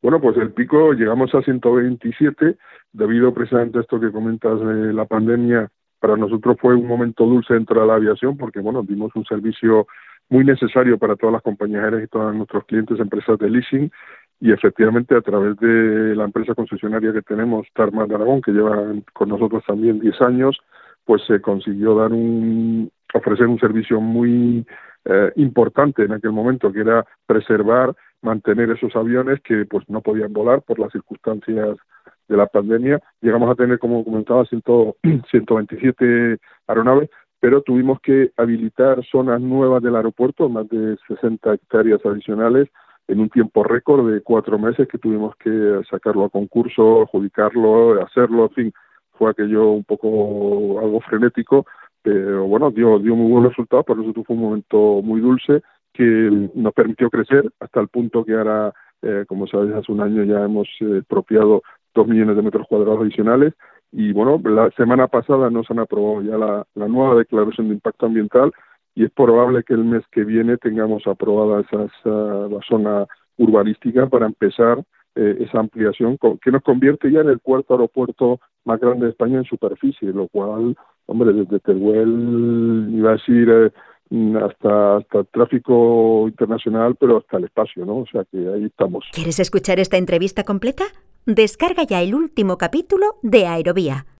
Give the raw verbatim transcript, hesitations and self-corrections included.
Bueno, pues el pico llegamos a ciento veintisiete, debido precisamente a esto que comentas de la pandemia. Para nosotros fue un momento dulce dentro de la aviación porque, bueno, dimos un servicio muy necesario para todas las compañías aéreas y todos nuestros clientes, empresas de leasing, y efectivamente a través de la empresa concesionaria que tenemos, Tarmac de Aragón, que lleva con nosotros también diez años, pues se consiguió dar un ofrecer un servicio muy eh, importante en aquel momento, que era preservar, mantener esos aviones que pues no podían volar por las circunstancias de la pandemia. Llegamos a tener, como comentaba, ciento veintisiete aeronaves, pero tuvimos que habilitar zonas nuevas del aeropuerto, más de sesenta hectáreas adicionales, en un tiempo récord de cuatro meses que tuvimos que sacarlo a concurso, adjudicarlo, hacerlo, en fin, fue aquello un poco algo frenético, pero bueno, dio, dio muy buen resultado. Por eso fue un momento muy dulce que nos permitió crecer hasta el punto que ahora, eh, como sabes, hace un año ya hemos eh, expropiado dos millones de metros cuadrados adicionales. Y bueno, la semana pasada nos han aprobado ya la, la nueva declaración de impacto ambiental, y es probable que el mes que viene tengamos aprobada esas, uh, la zona urbanística para empezar eh, esa ampliación que nos convierte ya en el cuarto aeropuerto más grande de España en superficie, lo cual, hombre, desde Teruel, iba a decir, eh, hasta, hasta el tráfico internacional, pero hasta el espacio, ¿no? O sea que ahí estamos. ¿Quieres escuchar esta entrevista completa? Descarga ya el último capítulo de Aerovía.